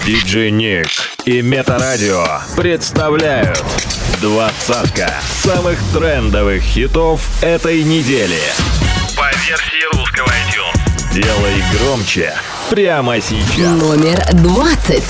Диджей Ник и Метарадио представляют двадцатка самых трендовых хитов этой недели. По версии русского iTunes. Делай громче прямо сейчас. Номер 20.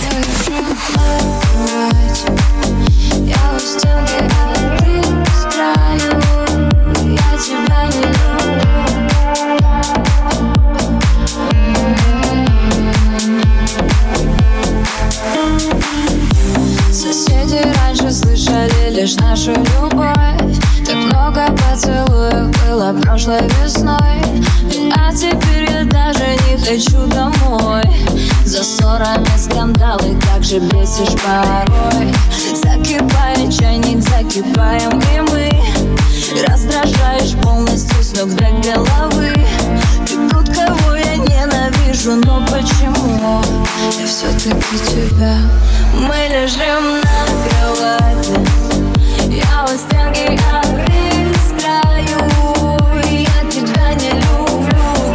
Соседи раньше слышали лишь нашу любовь. Так много поцелуев было прошлой весной. А теперь я даже не хочу домой. За ссорами скандалы, как же бесишь порой. Закипает чайник, закипаем и мы. Раздражаешь полностью с ног до головы. Ты тот, кого я ненавижу, но почему я все-таки тебя? Мы лежим на кровати, я у стенки, а ты с краю. Я тебя не люблю,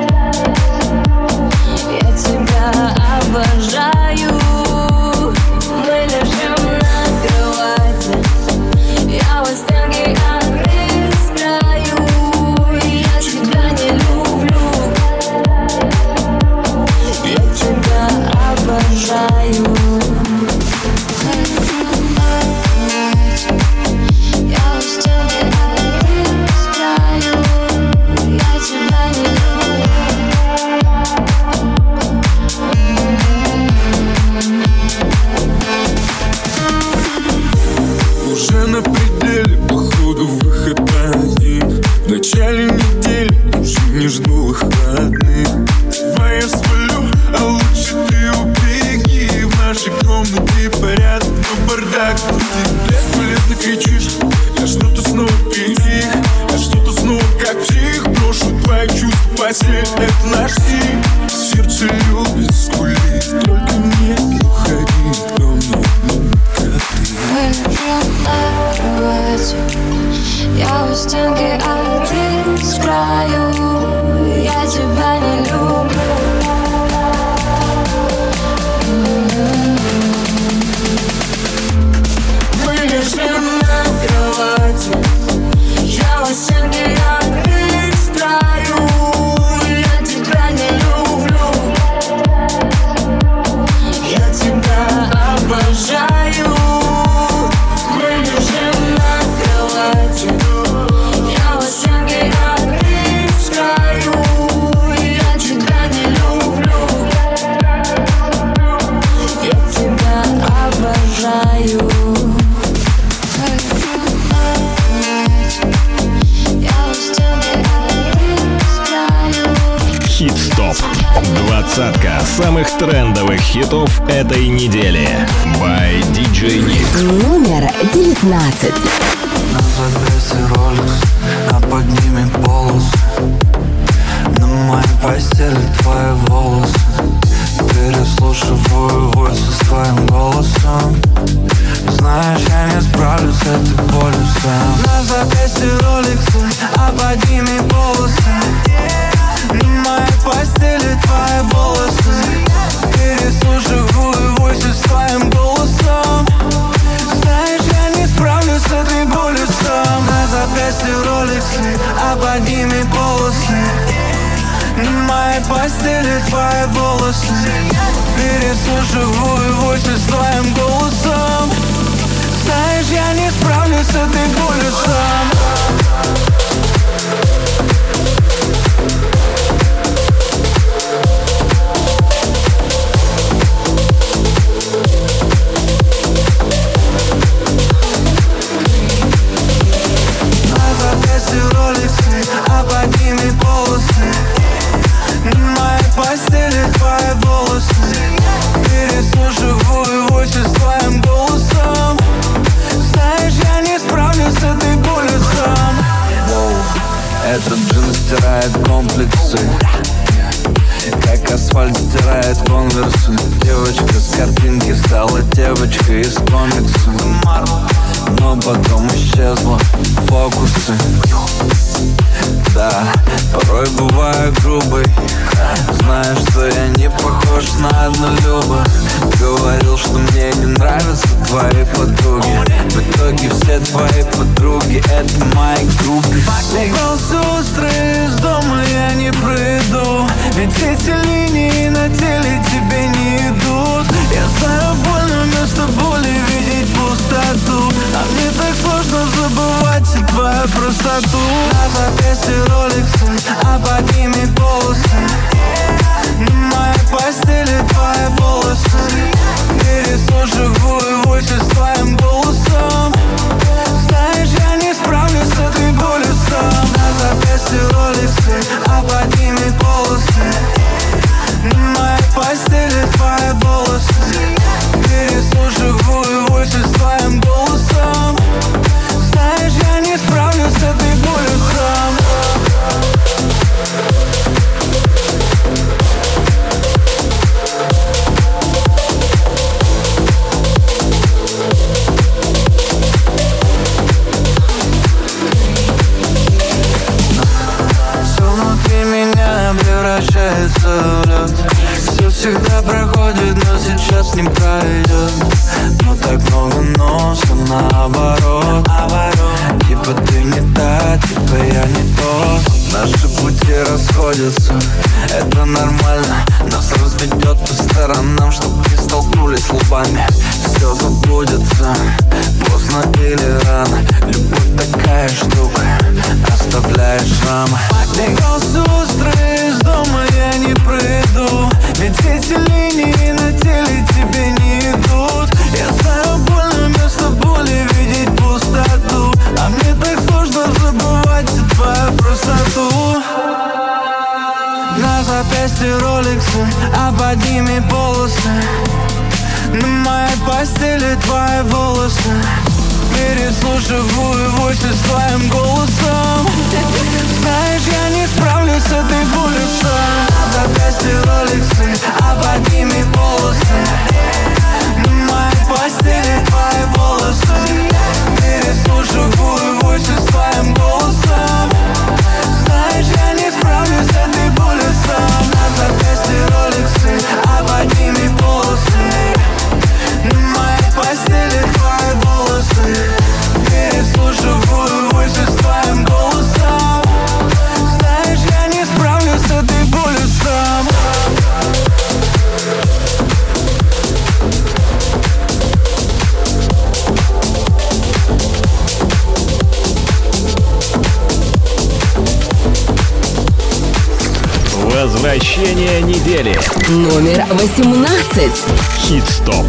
я тебя обожаю. Мы лежим на кровати, я у стенки, а ты с краю. Я тебя не люблю, я тебя обожаю. Уже на пределе, походу выход один. В начале недели уже не жду выходных. Давай я свалю, а лучше ты убеги. В нашей комнате порядок, но бардак. Ты бесполезно кричишь, я что-то снова псих. Я что-то снова как псих. Брошу твои чувства, постель, это наш стиль. Сердце любит скулить, только не уходи ко мне, как ты. Мы лежим на кровати, я у стенки, а ты с краю. Я тебя не люблю. Мы лежим на кровати, я у стенки, а ты с краю. Я тебя не люблю, я тебя обожаю. Мы лежим на кровати, я у стенки, а ты с краю. Я тебя не люблю, я тебя обожаю. Хит-стоп. Двадцатка самых трендовых хитов этой недели. By DJ Ник. Номер 19. На запястье Rolex, а под ними полос. На моей постели твои волосы. Переслушиваю войсы с твоим голосом. Знаешь, я не справлюсь с этой болью сам. На запястье Rolex, а под ними полосы. На моей постели твои волосы. Переслушиваю войсы с твоим голосом. Знаешь, я не справлюсь с этой болью сам. На запястье Rolex, а под ними полосы. На моей постели твои волосы. Переслушиваю войсы с твоим голосом. Знаешь, я не справлюсь с этой болью сам. А под ними полосы. На моей постели твои волосы. Переслушиваю войсы с твоим голосом. Знаешь, я не справлюсь с этой болью сам. Этот джин стирает комплексы, как асфальт стирает конверсы. Девочка с картинки стала девочкой из комикса. Но потом исчезла, фокусы. Да, порой бываю грубый. Знаешь, что я не похож на однолюба. Говорил, что мне не нравятся твои подруги. В итоге все твои подруги — это мои группы. Убрался острый из дома, я не приду. Ведь эти линии на теле тебе не идут. Я знаю, больно вместо боли видеть пустоту. А мне так сложно забывать и твою простоту. На запястье роликсы, а под ними полосы. На моей постели твои волосы. Переслушиваю войсы с твоим голосом. Знаешь, я не справлюсь с этой болью сам. На запястье роликсы, а под ними полосы. На моей постели твои волосы. Переслушиваю войсы с твоим голосом. Знаешь, я не справлюсь с этой болью сам. Превращается в лед. Все всегда проходит, но сейчас не пройдет. Но так много носа наоборот. Типа ты не та, типа я не тот. Наши пути расходятся, это нормально. Нас разведет по сторонам, чтоб не столкнулись лбами. Все забудется, поздно или рано. Любовь такая штука, оставляет шрамы. Бегался острый из дома, я не приду. Ведь эти линии на теле тебе не идут. Я знаю, больно вместо боли видеть пустоту. А мне так сложно забывать и твою простоту. На запястье роликсы, а под ними полосы. На моей постели твои волосы. Переслушиваю войсы с твоим голосом. Знаешь, я не справлюсь с этой болью сам. На запястье роликсы, а под ними полосы. На моей постели твои волосы. Переслушиваю войсы с твоим голосом. Знаешь, я не справлюсь с этой болью сам. На запястье роликсы, а под ними полосы. На моей постели твои волосы. Переслушиваю войсы с твоим голосом. Знаешь, я не справлюсь с этой болью сам. Возвращение недели. Номер 18. Хит-стоп.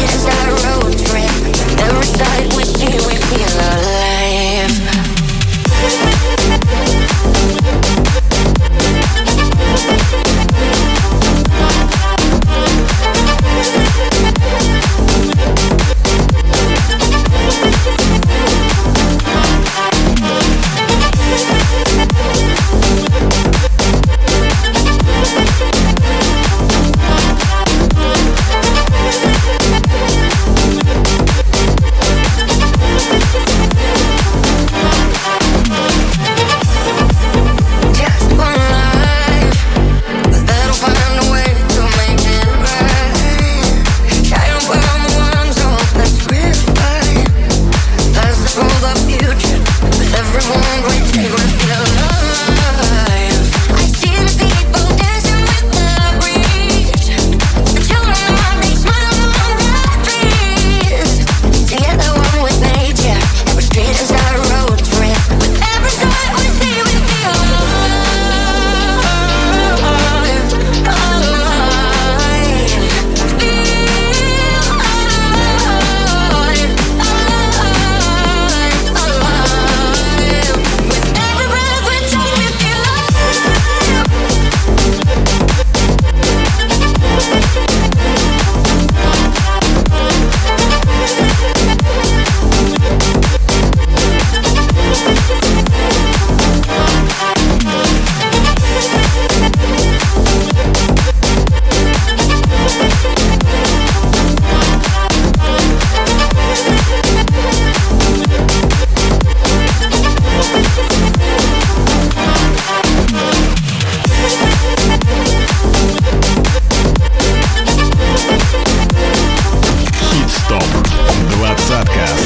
Every side we see, we feel alive.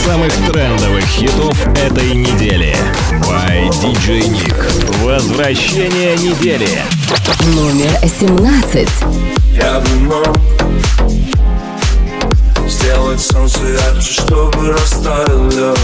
самых трендовых хитов этой недели. By DJ Nick. Возвращение недели. Номер 17. Я бы мог сделать солнце ярче, чтобы растаял лед.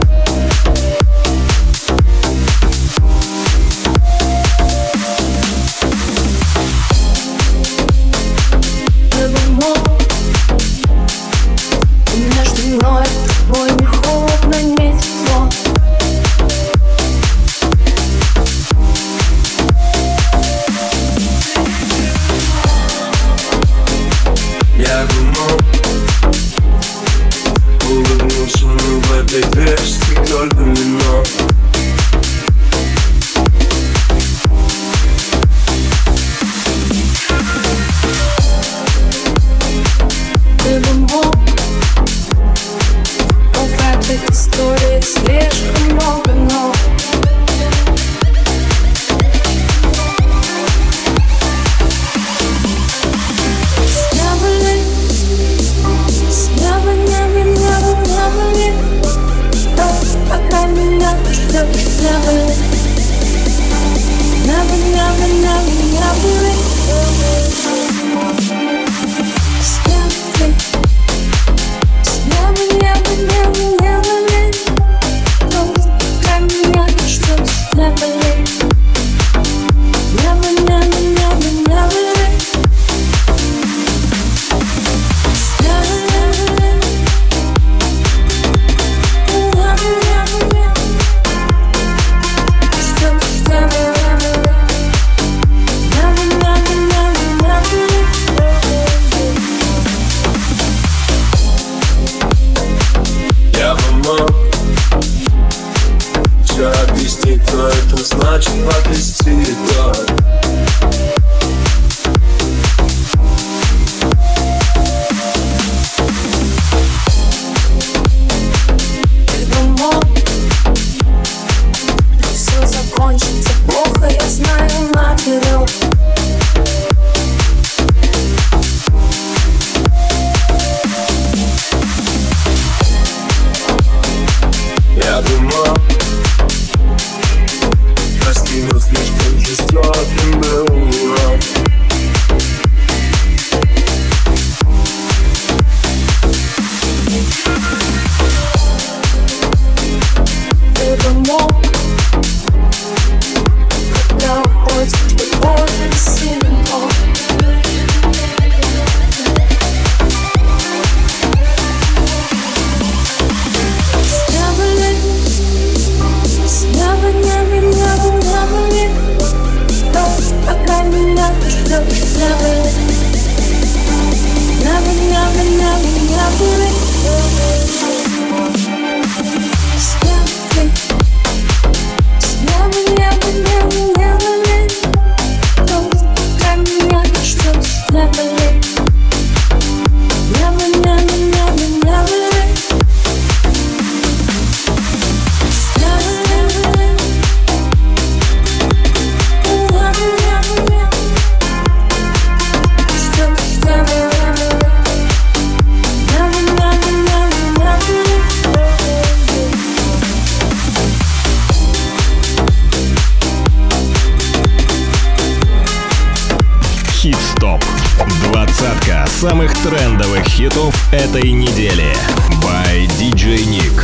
Хит-стоп. Двадцатка самых трендовых хитов этой недели. By DJ Nick.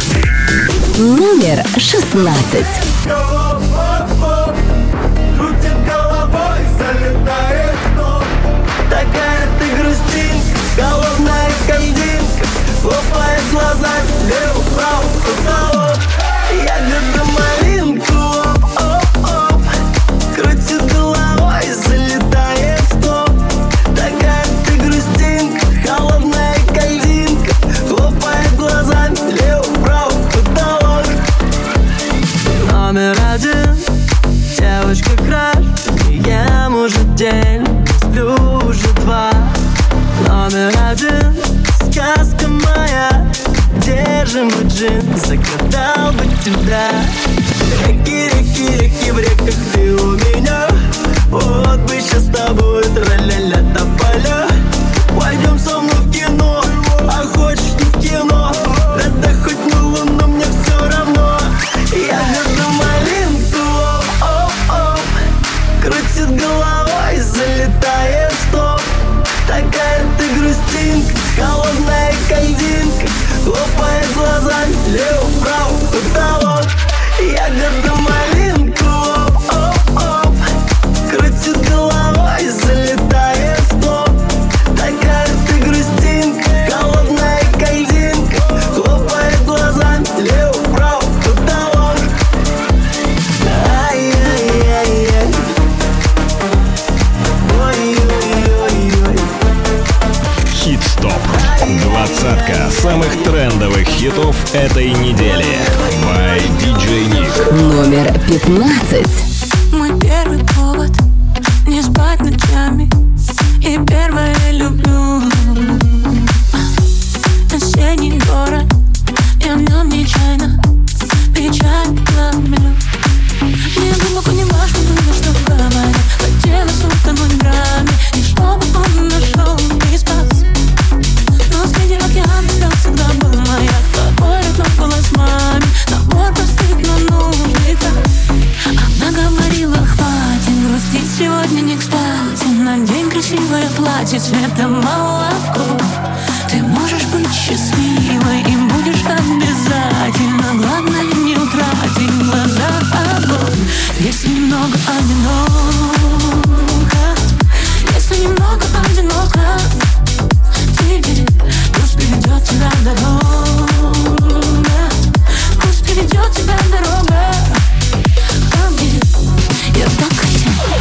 Номер 16. Крутит головой, залетает в дом. Такая ты грустинка, голодная кандинка. Хлопает глазами влево-вправо, потолок. Я где-то малинку, оп-оп-оп. Крутит головой, залетает в топ. Такая ты грустинка, холодная кандинка. Хлопает глазами влево-вправо, потолок. Номер один, девочка-краш. Я может день, сплю уже два. Номер один, сказка моя. Держим джин, загадал бы тебя. Реки, реки, реки в реках, ты у меня. Вот бы сейчас с тобой тра-ля-ля тополя. Пойдем со мной в кино, а хочешь не в кино. Да хоть на трендовых хитов этой недели. By DJ Nick. Номер 15. Мой первый повод не спать ночами и первое люблю. Осенний город, я в нем нечаянно печаль ломлю. Мне глубоко не важно было, что говорят. Хотелось утонуть в драме, и чтобы он нашел и спас. Но среди океана звезд всегда был маяк. Твой родной голос маме, набор простых, но нужных фраз. Она говорила, хватит грустить, сегодня не кстати. Надень красивое платье цвета молоко. Ты можешь быть счастливой и будешь обязательно. Главное не утратить в глазах огонь. Если немного одиноко, если немного одиноко, тебе пусть приведет тебя дорога, пусть приведет тебя дорога ко мне. Я так хотела.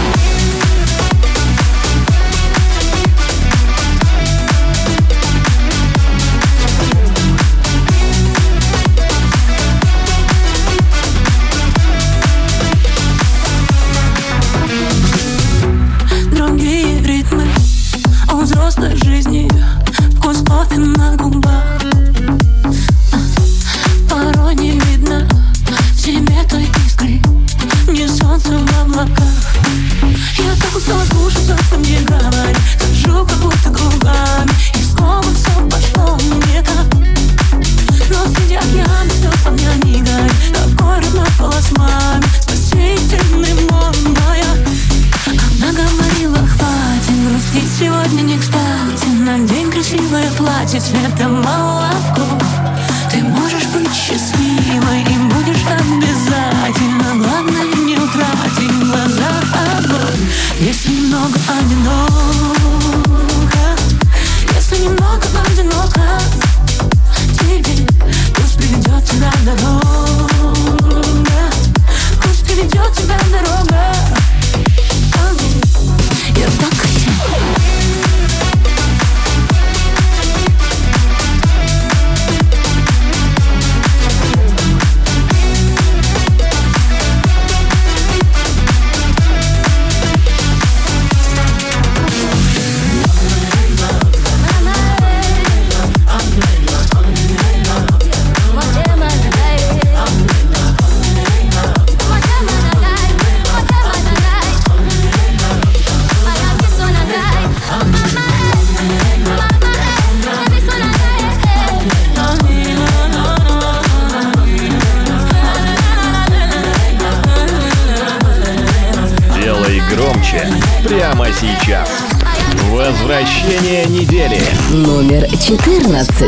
Другие ритмы у взрослой жизни, вкус кофе на губах. Порой не видно в себе той искры, не солнце в облаках. Я так устала слушать все, что мне говорят. Хожу как будто кругами, и снова все пошло не так. Но среди океана звезд огня не горит. Такой родной голос маме, спасительный мой маяк. Она говорила, хватит грустить, сегодня не кстати. Надень красивое платье цвета молоко. Ты можешь быть счастливой и будешь обязательно. Главное не утратить в глазах огонь. Если немного одиноко, если немного одиноко, тебе пусть приведет тебя дорога, пусть приведет тебя дорога. Я так хотела. Громче прямо сейчас. Возвращение недели. Номер 14.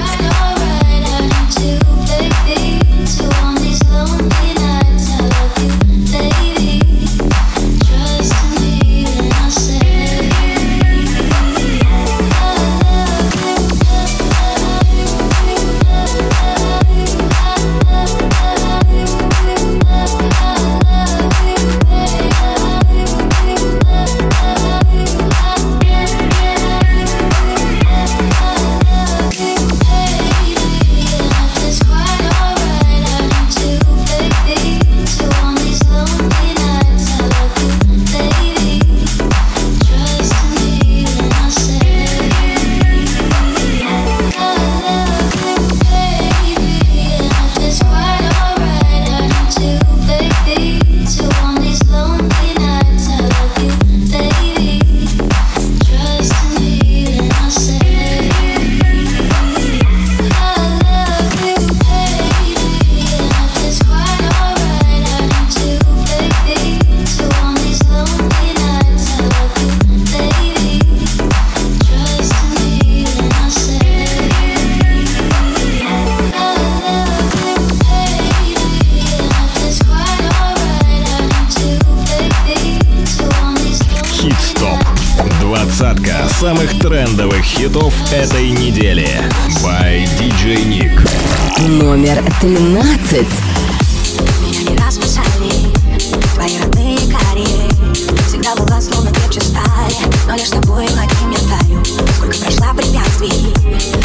Двадцатка самых трендовых хитов этой недели. By DJ Nick. Номер 13. Меня не раз спасали твои родные карие. Всегда была словно крепче стали, но лишь с тобой одним я таю. Сколько прошла препятствий, сколько пришлось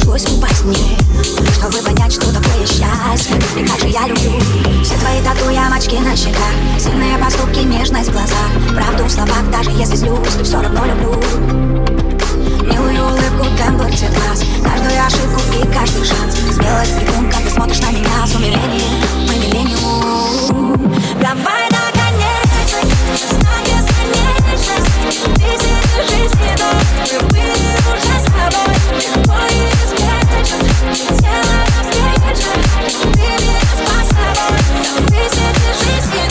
пришлось упасть мне, чтобы понять, что такое счастье. И как же я люблю все твои тату-ямочки на щеках, сильные поступки, нежность в глазах, правду в словах, даже если злюсь, ты все равно люблю. Милую улыбку, тембр, цвет глаз, каждую ошибку и каждый шанс. Смелость, придум, как ты смотришь на меня с умилением, мы миллениум. Давай наконец, знание бесконечность, тысячи жизней, но мы были уже с тобой. Легко и беспечно, летела навстречу, ты меня спас собой. Там тысячи жизней,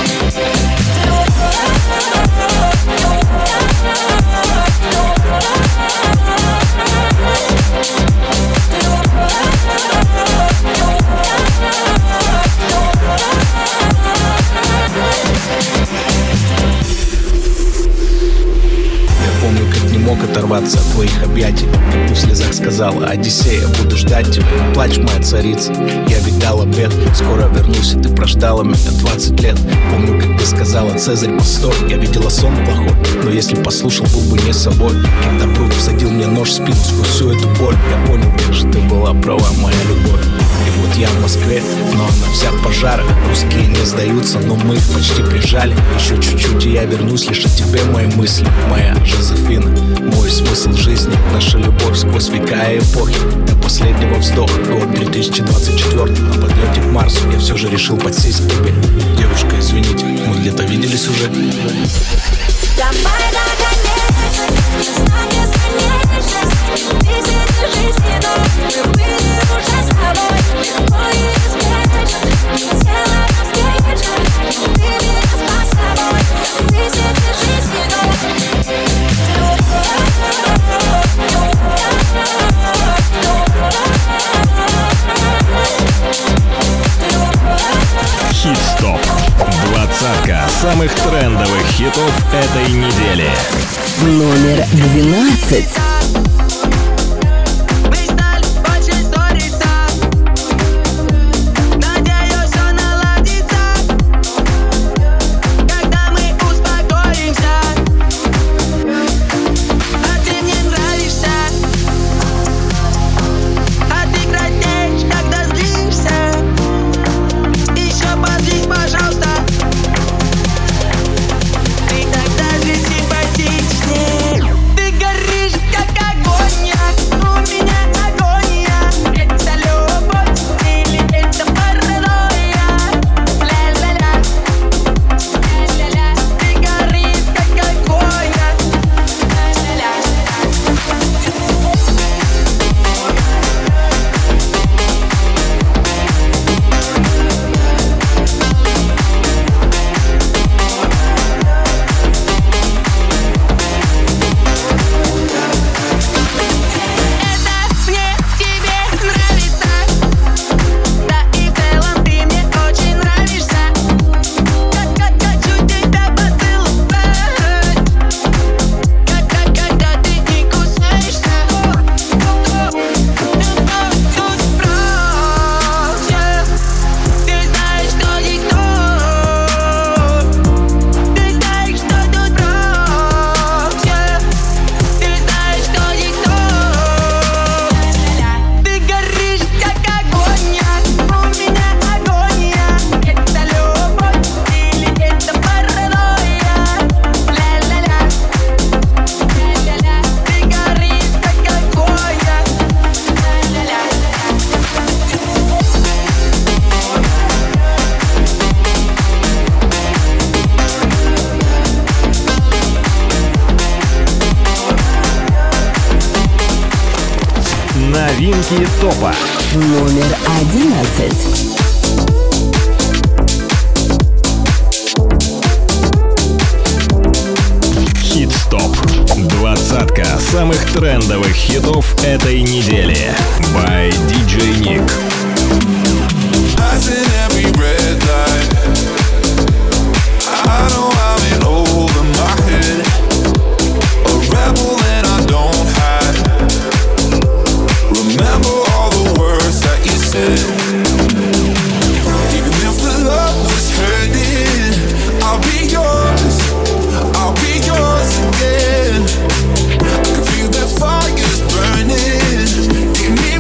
оторваться от твоих объятий. Ты в слезах сказала: Одиссея, буду ждать тебя. Плачь, моя царица, я ведь дал обет. Скоро вернусь, и ты прождала меня 20 лет. Помню, как ты сказала: Цезарь, постой. Я видела сон плохой, но если послушал, был бы не собой. Когда Брук всадил мне нож в спину сквозь всю эту боль, я понял, как же ты была права, моя любовь. И вот я в Москве, но она вся в пожарах. Русские не сдаются, но мы их почти прижали. Еще чуть-чуть, и я вернусь лишь от тебя, мои мысли. Моя Жозефина, мой смысл жизни, наша любовь сквозь века и эпохи. До последнего вздоха, год 2024. На подлете к Марсу я все же решил подсесть к тебе. Девушка, извините, мы где-то виделись уже. Давай наконец, знание бесконечность, тысячи жизней, но мы были уже с тобой. Легко и беспечно, летела навстречу, ты меня спас собой. Тысячи жизней, Хит-стоп. 20 самых трендовых хитов этой недели. Номер 12. Новинки топа. Номер 11. Хит-стоп. 20 самых трендовых хитов этой недели. By DJ Nick. I know I'm in over my head, a rebel and I don't hide. Remember all the words that you said. Even if the love was hurting, I'll be yours again. I can feel that fire's burning in me.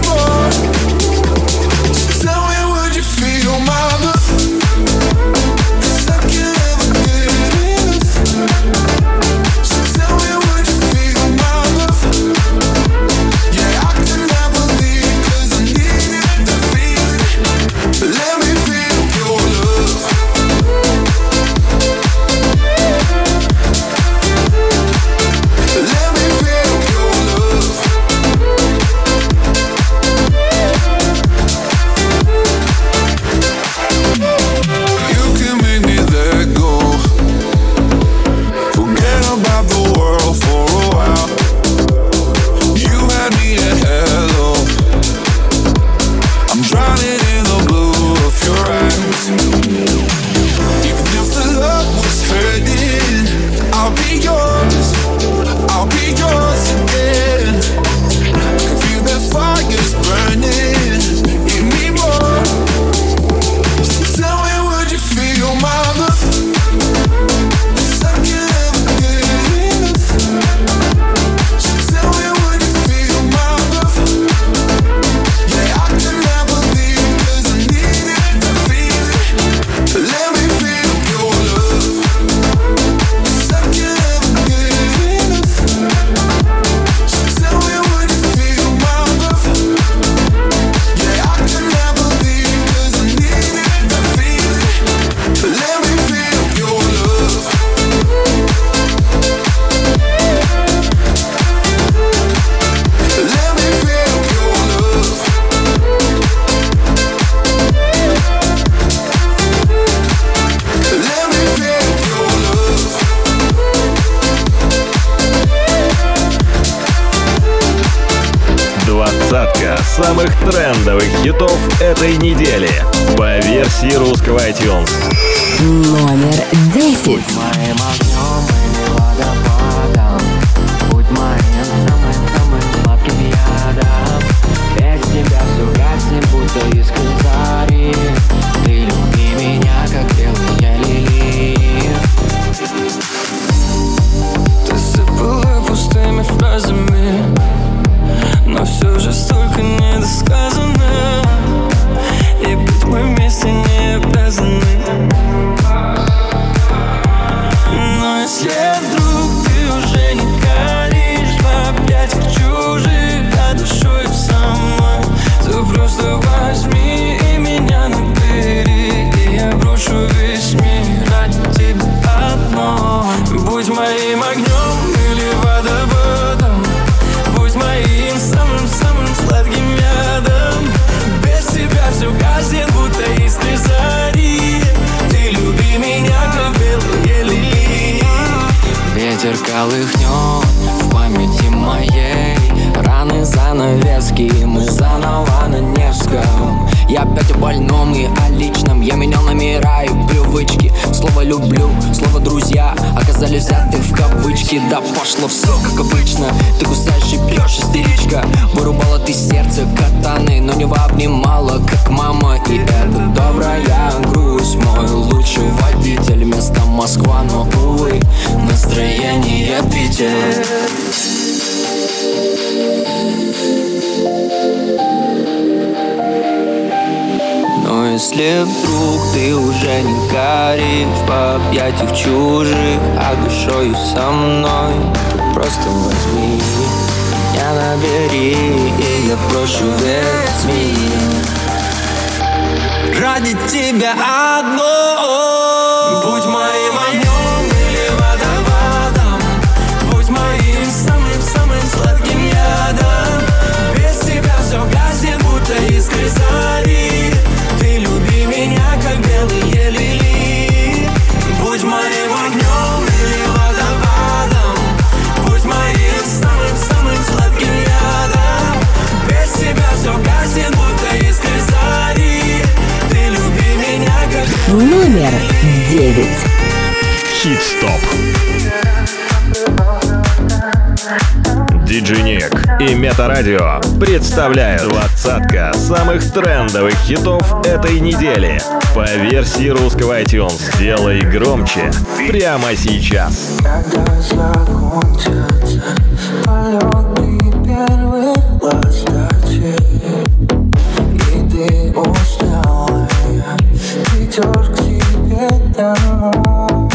самых трендовых хитов этой недели по версии русского iTunes. Номер 10. Моим огнем или водопадом, будь моим самым-самым сладким ядом. Без тебя все гаснет, будто искры зари. Ты люби меня, как белые лилии. Ты забыла пустыми фразами, но все же столько недосказано, и быть мы вместе не обязаны. Но если вдруг ты уже не горишь в объятиях чужих, а душой со мной, то просто возьми и меня набери, и я брошу весь мир ради тебя одной. Будь моим огнем или водопадом, будь моим самым-самым сладким ядом. Без тебя все гаснет, будто искры зари. Ты люби меня, как белые лилии. Ветер колыхнет в памяти моей, раны занавески, мы заново на Невском. Я опять о больном и о личном, я менял номера и привычки. Слово «люблю», слово «друзья» оказались взяты в кавычки. Да пошло все как обычно, ты кусаешь и бьешь, истеричка. Вырубала ты сердце катаны, но не обнимала, как мама. И это добрая грусть, мой лучший водитель. Место Москва, но, увы, настроение Питер. Но если вдруг ты уже не горишь в объятиях чужих, а душою со мной, то просто возьми меня набери, и я брошу весь мир ради тебя одной. Будь моим огнем или водопадом, будь моим самым-самым сладким ядом. Без тебя все гаснет, будто искры зари. Ты люби меня, как белые лилии. Будь моим огнем или водопадом, будь моим самым-самым сладким ядом. Без тебя все гаснет, будто искры зари. Ты люби меня, как Номер 9. Хит-стоп. Диджей Ник и Метарадио представляют двадцатка самых трендовых хитов этой недели по версии русского iTunes. Делай громче прямо сейчас. Когда закончатся полеты первых ласточек, и ты усталая, придешь к себе домой,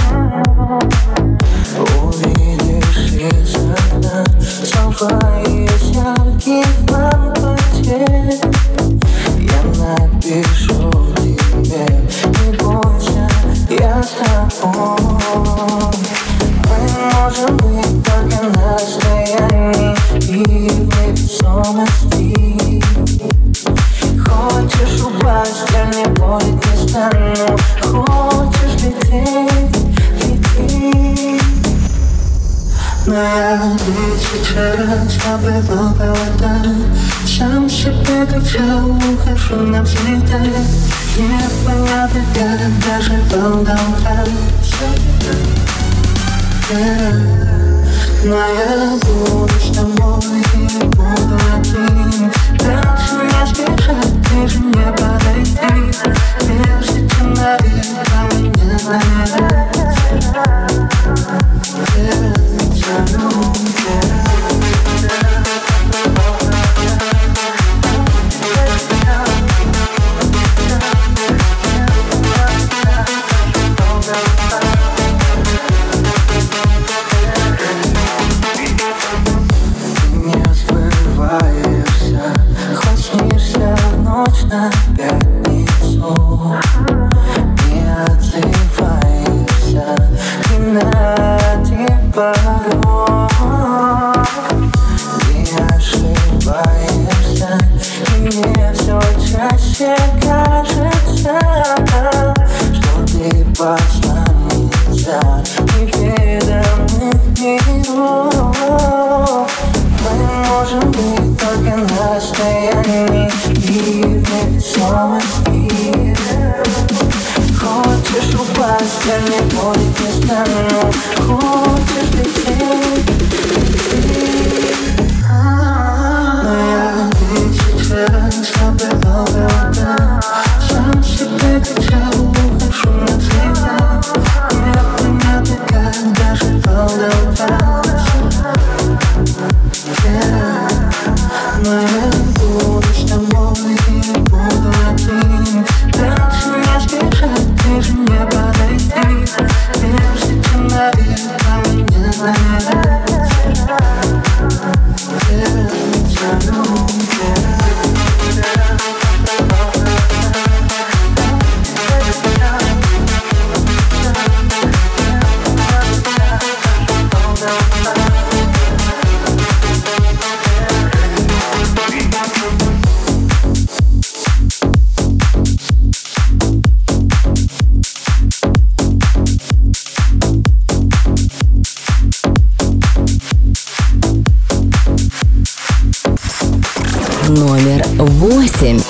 увидишь из окна свои ярких лампочек. Я напишу тебе, не бойся, я с тобой. Мы можем быть только на расстоянии и в невесомости. Хочешь упасть, я не будет не стану. Хочешь лететь, лети. Но я ведь вчера забывал провода, сам себе кричал, ухожу на взлеты. Непонятно, как доживал до утра. Но я буду с тобой и буду один. Дальше не сбежать, ближе не подойти. Прежде чем наверх меня нравится. Не сбываешься, хоть снишься в ночь на 5. постель не будет, не стану. Хочешь лететь, но я сейчас, чтобы долго отдам. Сам себе кричал, ухожу навсегда. Непонятно как, даже волновался. Но я буду с тобой и буду одним. Дальше не сбежать, ближе не подойти. Прежде чем навек меня заменять. Номер 8.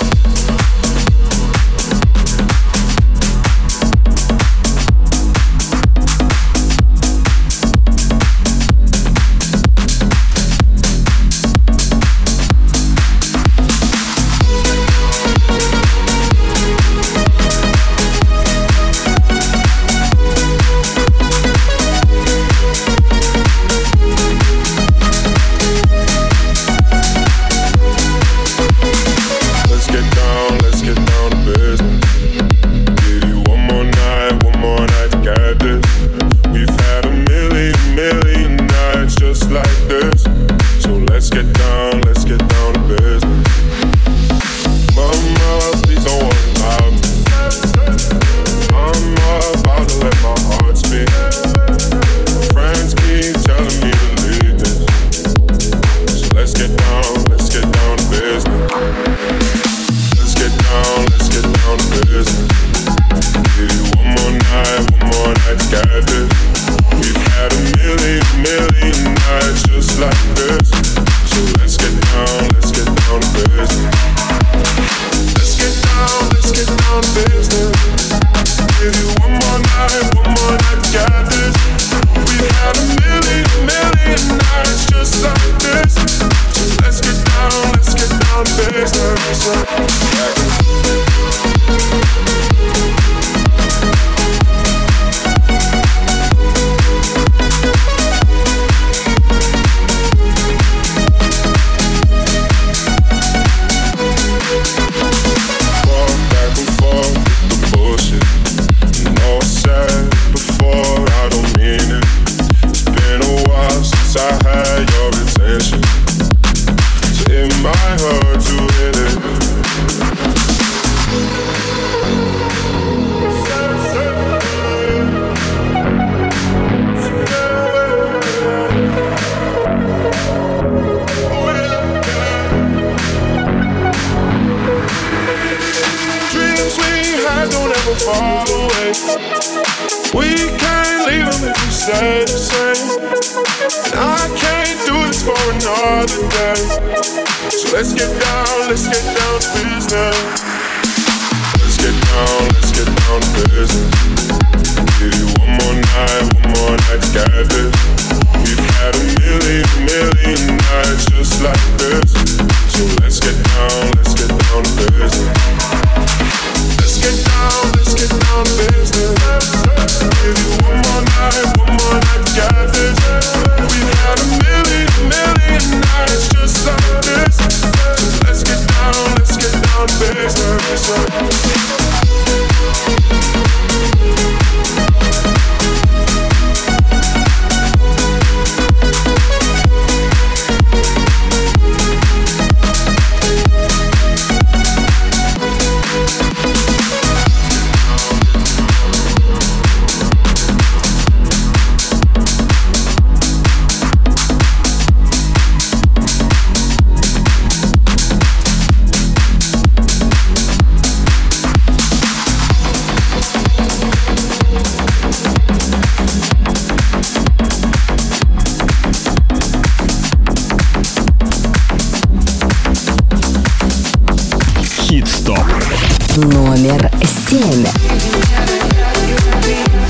Номер 7.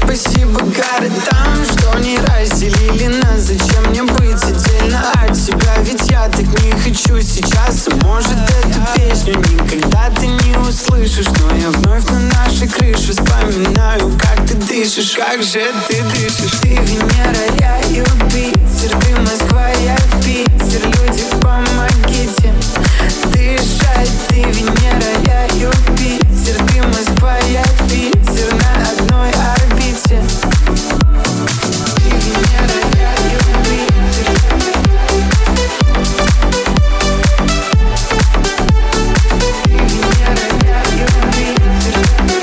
спасибо городам, что не разделили нас. Зачем мне быть отдельно от тебя? Ведь я так не хочу сейчас. Может, эту песню никогда ты не услышишь, но я вновь на нашей крыше вспоминаю, как ты дышишь. Как же ты дышишь? Ты Венера, я Юпитер. Ты Москва, я Питер. Люди, помогите дышать. Ты Венера, я Юпитер. Ты Москва, я Питер. На одной орбите. Ты Венера, я Юпитер. Ты Венера, я Юпитер.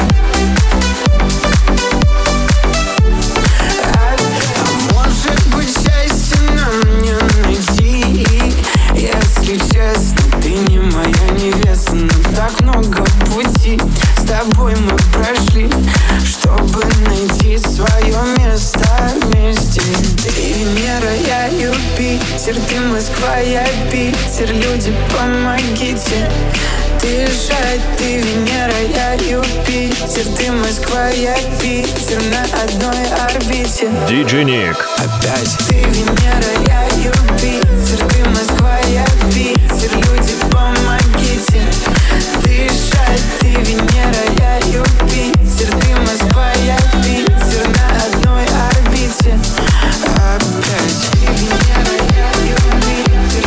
А может быть, счастье нам не найти? Если честно, ты не моя невеста, но так много пути с тобой мы прошли, чтобы найти свое место вместе. Ты Венера, я Юпитер. Ты Москва, я Питер. Люди, помогите дышать. Ты Венера, я Юпитер. Ты Москва, я Питер. На одной орбите. DJ Nick. Опять. Ты Венера, я Юпитер. Ты Москва, я Питер. Люди, помогите дышать. Ты Венера, я Юпитер. Ты Москва, я Питер. На одной орбите. Опять. Ты Венера, я Юпитер.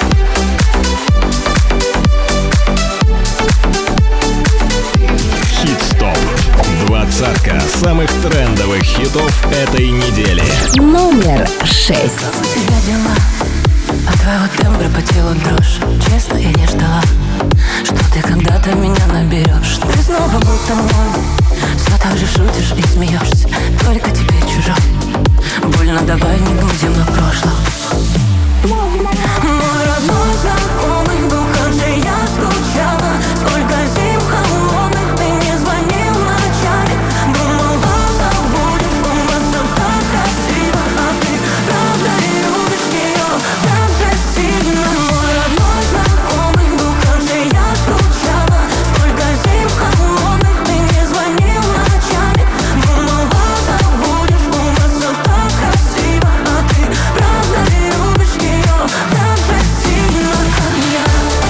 Хит-стоп. 20 самых трендовых хитов этой недели. Номер 6. Тебя дела, от твоего тембра по телу дрожь. Честно, я не ждала, что ты когда-то меня наберешь. Ты снова будто мой, все так же шутишь и смеешься, только теперь чужой. Больно, давай не будем о прошлом. Мой родной знакомый, духом же я скучала. Сколько зим холодных ты не звонил ночами. Думала, забудешь, у нас все так красиво. А ты правда любишь ее так же сильно. Мой родной знакомый, духом же я скучала. Сколько зим холодных ты не звонил ночами. Думала, забудешь, у нас все так красиво. А ты правда любишь ее так же сильно, как я.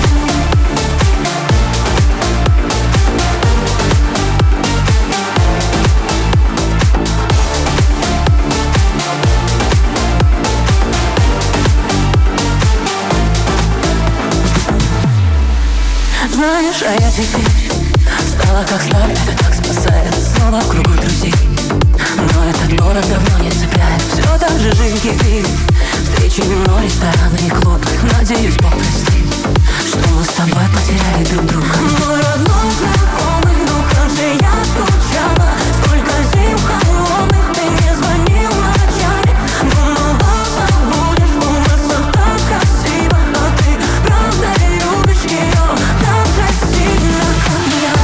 Знаешь, а я теперь стала как слаб, это так спасает. Снова в кругу друзей, но этот город давно не цепляет. Все так же жизнь кипит, встречи вино, рестораны и клубы. Надеюсь, Бог простит, что мы с тобой потеряли друг друга. Мой родной знакомый, духом же я скучала. Сколько зим холодных ты не звонил ночами. Думала, забудешь, у нас все так красиво. А ты правда любишь ее так же сильно, как я.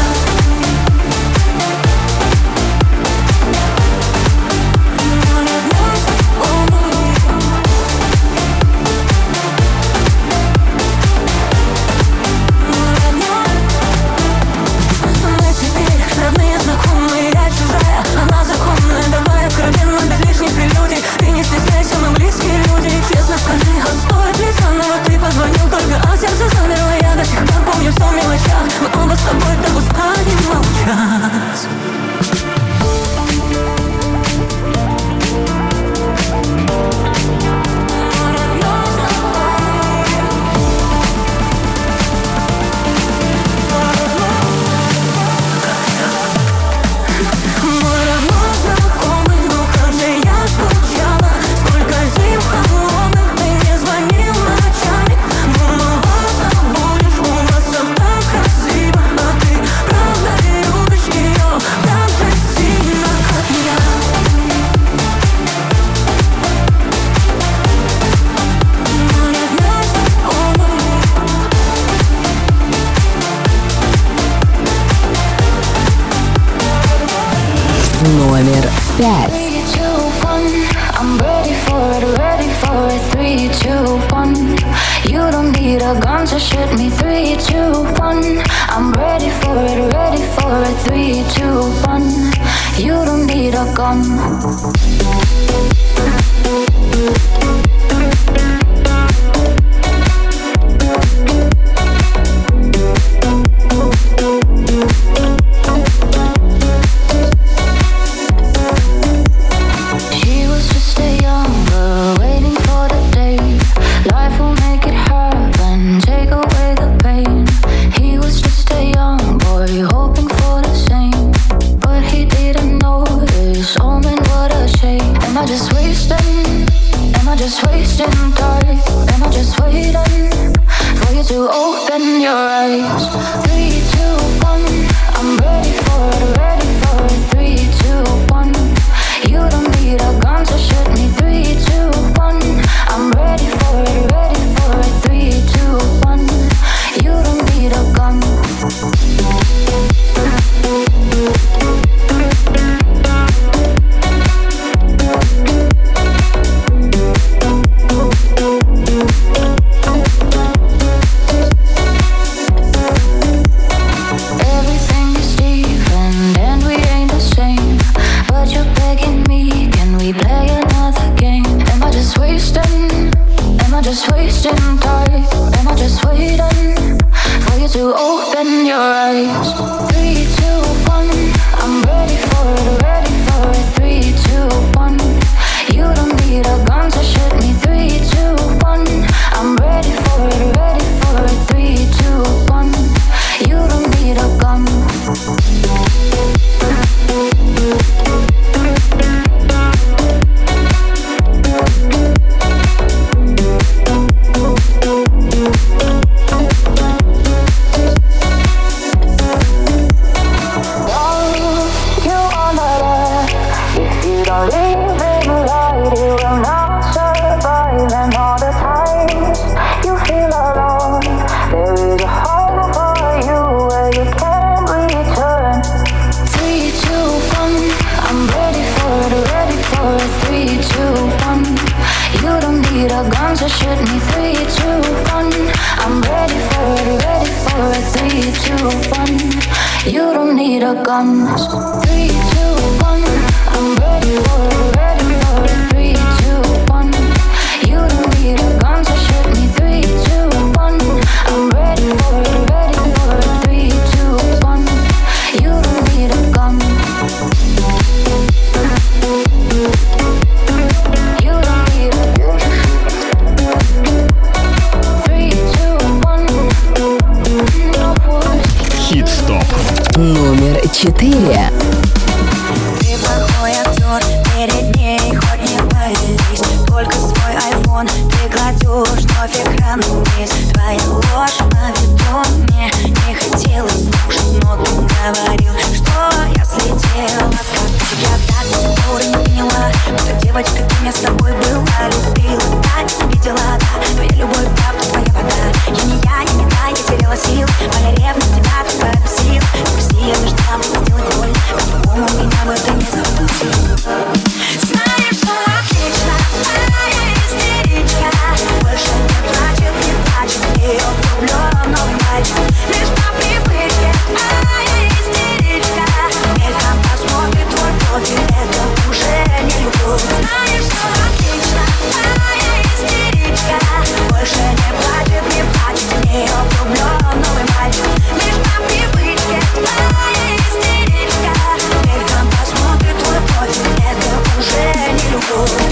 Мой родной знакомый. Мы теперь родные, знакомые, я чужая, она законная. Давай откровенно, без лишних прелюдий. Ты не стесняйся, мы близкие люди. Честно скажи, а стоит ли заново? Ты позвонил только, а сердце замерло. Я до сих пор помню все в мелочах. Мы оба с тобой так устали молчать. Мой родной знакомый, духом же я скучала. Сколько зим холодных ты не звонил ночами. Думала, забудешь, у нас все так красиво. А ты правда любишь ее так же сильно, как я. Мой родной знакомый. Номер 5. 3, 2, 1, I'm ready for it, 3, 2, 1. You don't need a gun to shoot me, 3, 2, 1. I'm ready for it, 3, 2, 1. You don't need a gun. Номер 4. Ты плохой актер, перед ней хоть не пались. Только свой айфон ты кладешь вновь экран вниз. Твоя ложь на виду мне не хотелось слушать, но ты говорил, что я слетела с катушек. Я так до сих пор не поняла, что девочка, ты меня с тобой была, любила, да, ненавидела, да. Твоя любовь, правда, твоя вода. Я не та, я теряла сил. Моя ревность тебя только бесил. Прости, я должна была сделать боль, по-другому меня бы ты не забыл. Знаешь, что отлично, моя истеричка больше не плачет, в нее влюблен новый мальчик. Лишь по привычке, моя истеричка мельком посмотрит твой профиль, это уже не любовь. Знаешь, что отлично, моя истеричка больше не плачет, в нее влюблен новый мальчик. Лишь по привычке, моя истеричка мельком посмотрит твой профиль, это уже не любовь.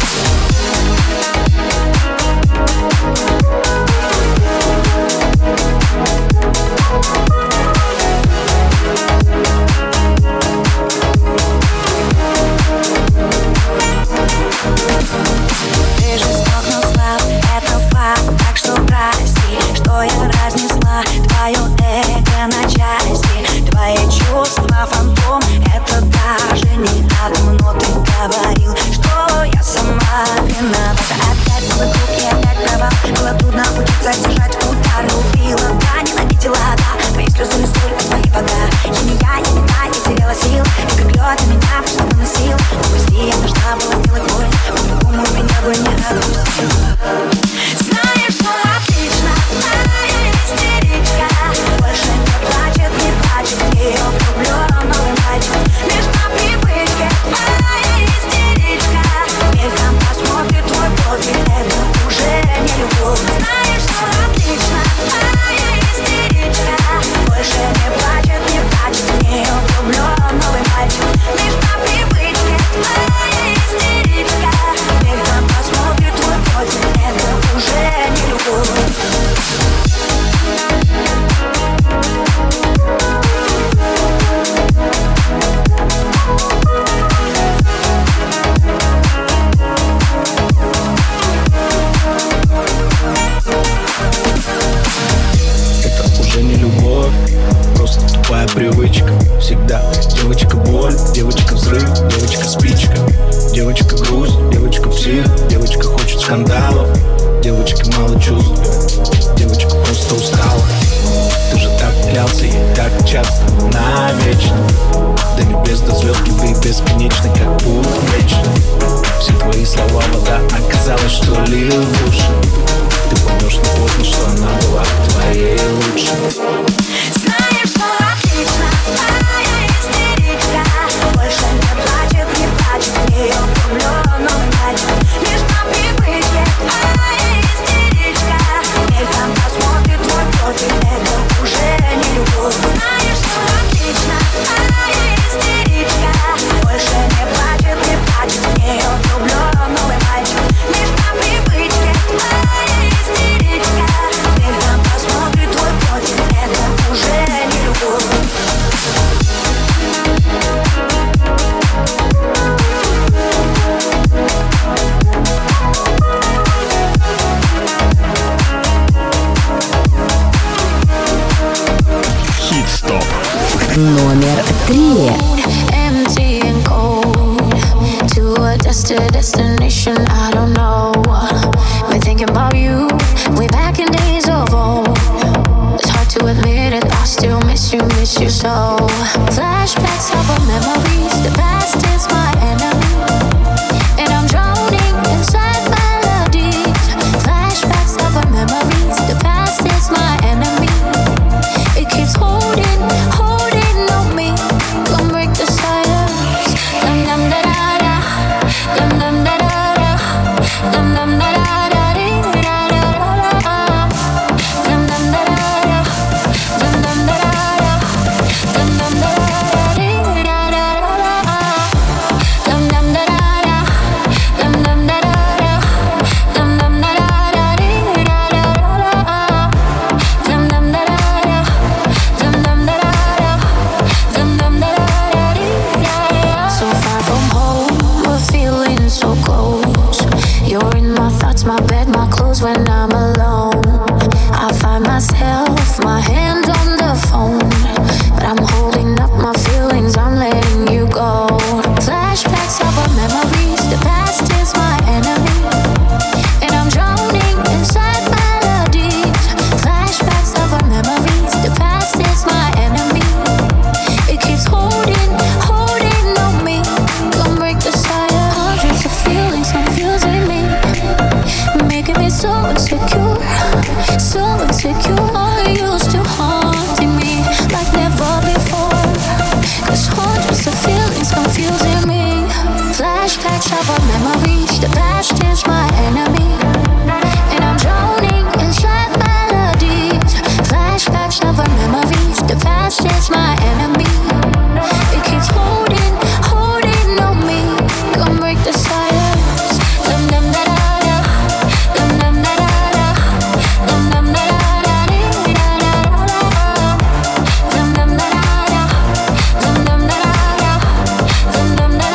Ты жесток, но слаб, это факт, так что прости, что я разнесла твое эго на части. Твои чувства фантом, это даже не атом, но ты говорил, что я сама виновата. Опять целый круг и опять провал, было трудно учиться держать удар. Любила, да, ненавидела, да, твои слезы не соль, а твоя вода. Я не та, я теряла сил, и как лед на меня просто выносил. Но прости, я должна была сделать боль, по-другому меня бы не отпустил. Знаешь, что отлично, моя истеричка больше не плачет, в нее влюблен новый мальчик. Лишь по привычке. или в уши. Ты поймешь не поздно, что она была твоей лучшей. Знаешь, что отлично, моя истеричка больше не плачет, в нее влюблённо плачет. Лишь по привычке, моя истеричка мельком посмотрит твой профиль, это уже не любовь. Знаешь, что отлично, моя истеричка больше не плачет, в нее влюблённо мальчик. Лишь по привычке, моя истеричка мельком посмотрит твой профиль, это уже не любовь. Хит-стоп. Номер 3. Empty and cold to a destination I don't know. Been thinking about you way back in days of old. It's hard to admit it, I still miss you so. Flashbacks of our memories, the past is my enemy, and I'm drowning inside melodies. Flashbacks of our memories, the past is my enemy. It keeps holding on me. Come break the silence. Dum dum da da da. Dum dum da da da. Dum dum da da da da da da. Dum dum da da da. Dum dum da da da. Dum dum da da da da da. Dum dum da da da. Dum dum da da da. Dum dum da da da da da. Dum dum da da da. Dum dum da da da. Dum dum da da da. So far from home, but feeling so close. You're in my thoughts, my bed, my clothes when I'm alone. I find myself, my hand on the phone, but I'm holding up my feelings, I'm letting you go. Flashbacks of our memories, the past is my enemy, and I'm drowning inside melodies. Flashbacks of our memories, the past is my enemy. It keeps holding on me. Come break the silence. Hundreds of feelings confusing me, making me so insecure, so insecure. All used to haunting me like never before. 'Cause hundreds of feelings confusing me. Flashbacks of our memories, the past is my enemy, and I'm drowning inside melodies. Flashbacks of our memories, the past is my enemy. It keeps holding on me. Come break the silence. Dum dum da da da. Dum dum da da da. Dum dum da da da da da. Dum dum da da da. Dum dum da da da. Dum dum da da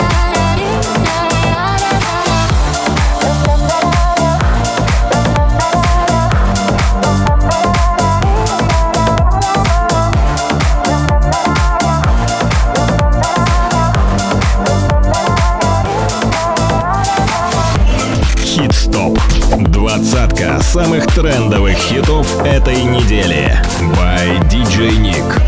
Хит-стоп. Двадцатка самых трендовых хитов этой недели. By DJ Nick.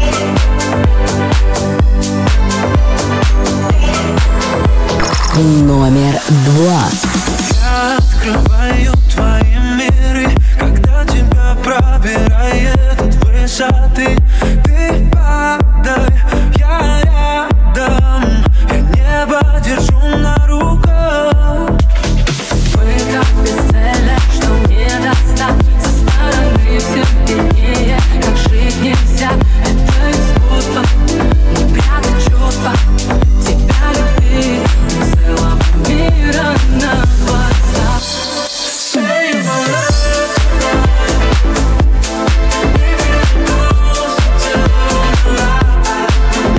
Номер 2. Я открываю твои миры, когда тебя пробирает от высоты. Ты падай, я рядом, я небо держу на руках. Мы так бесцельны, что не достать. Со стороны все виднее, как жить нельзя. Это искусство, не прятать чувства. Тебя любить целого мира на глазах. Say you love tonight.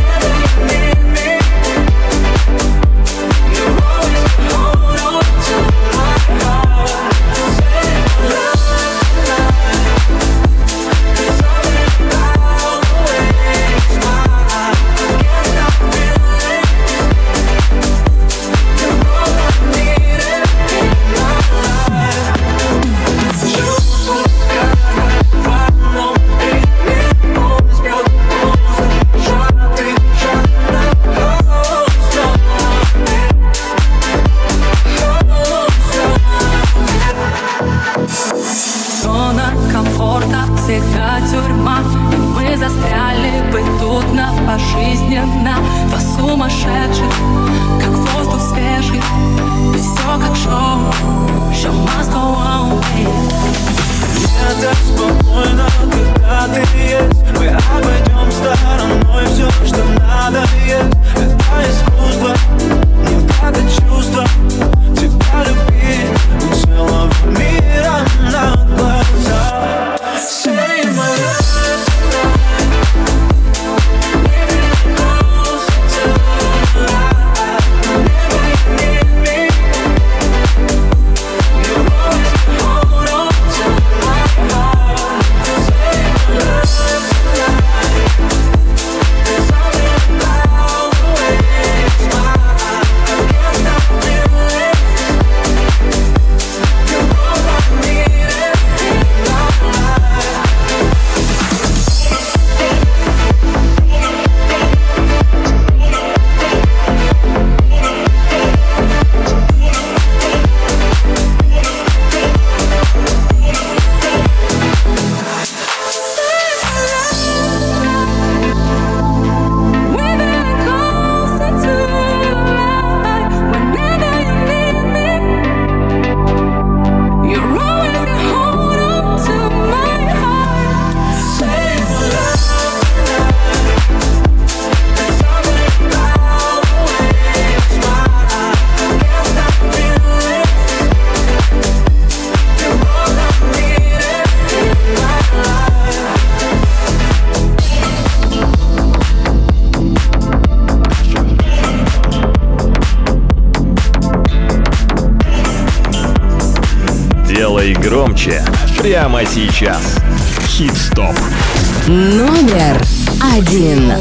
Сделай громче прямо сейчас. Хит-стоп. Номер 1.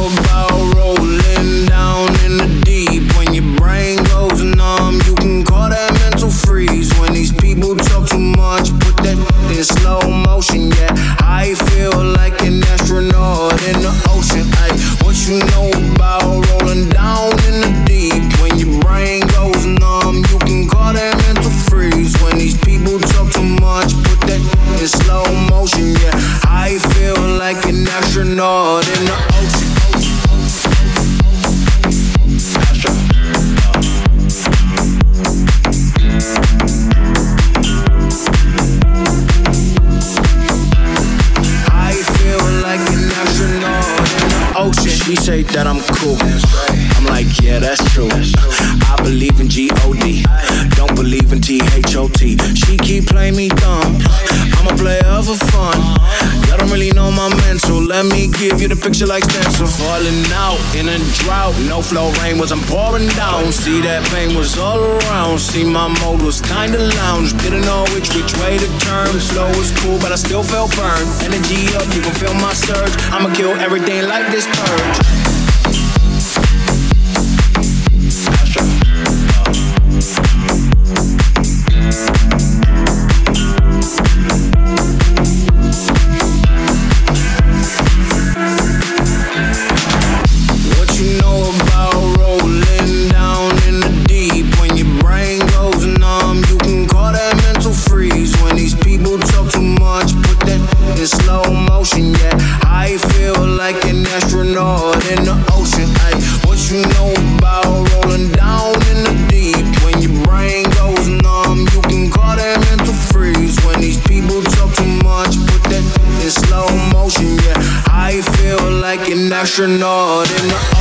In slow motion, yeah, I feel like an astronaut in the ocean. Ay, what you know about rolling down in the deep? When your brain goes numb, you can call that mental freeze. When these people talk too much, put that in slow motion, yeah, I feel like an astronaut in the ocean. She say that I'm cool. I'm like, yeah, that's true. I believe in G-O-D, don't believe in T-H-O-T. She keep playing me dumb. I'm a player for fun. Y'all don't really know my mental. Let me give you the picture like stencil. Falling out in a drought. No flow rain was I'm pouring down. See that pain was all around. See my mode was kinda lounge. Didn't know which way to turn. Flow was cool, but I still felt burned. Energy up, you can feel my surge. I'ma kill everything like this purge. Astronaut in the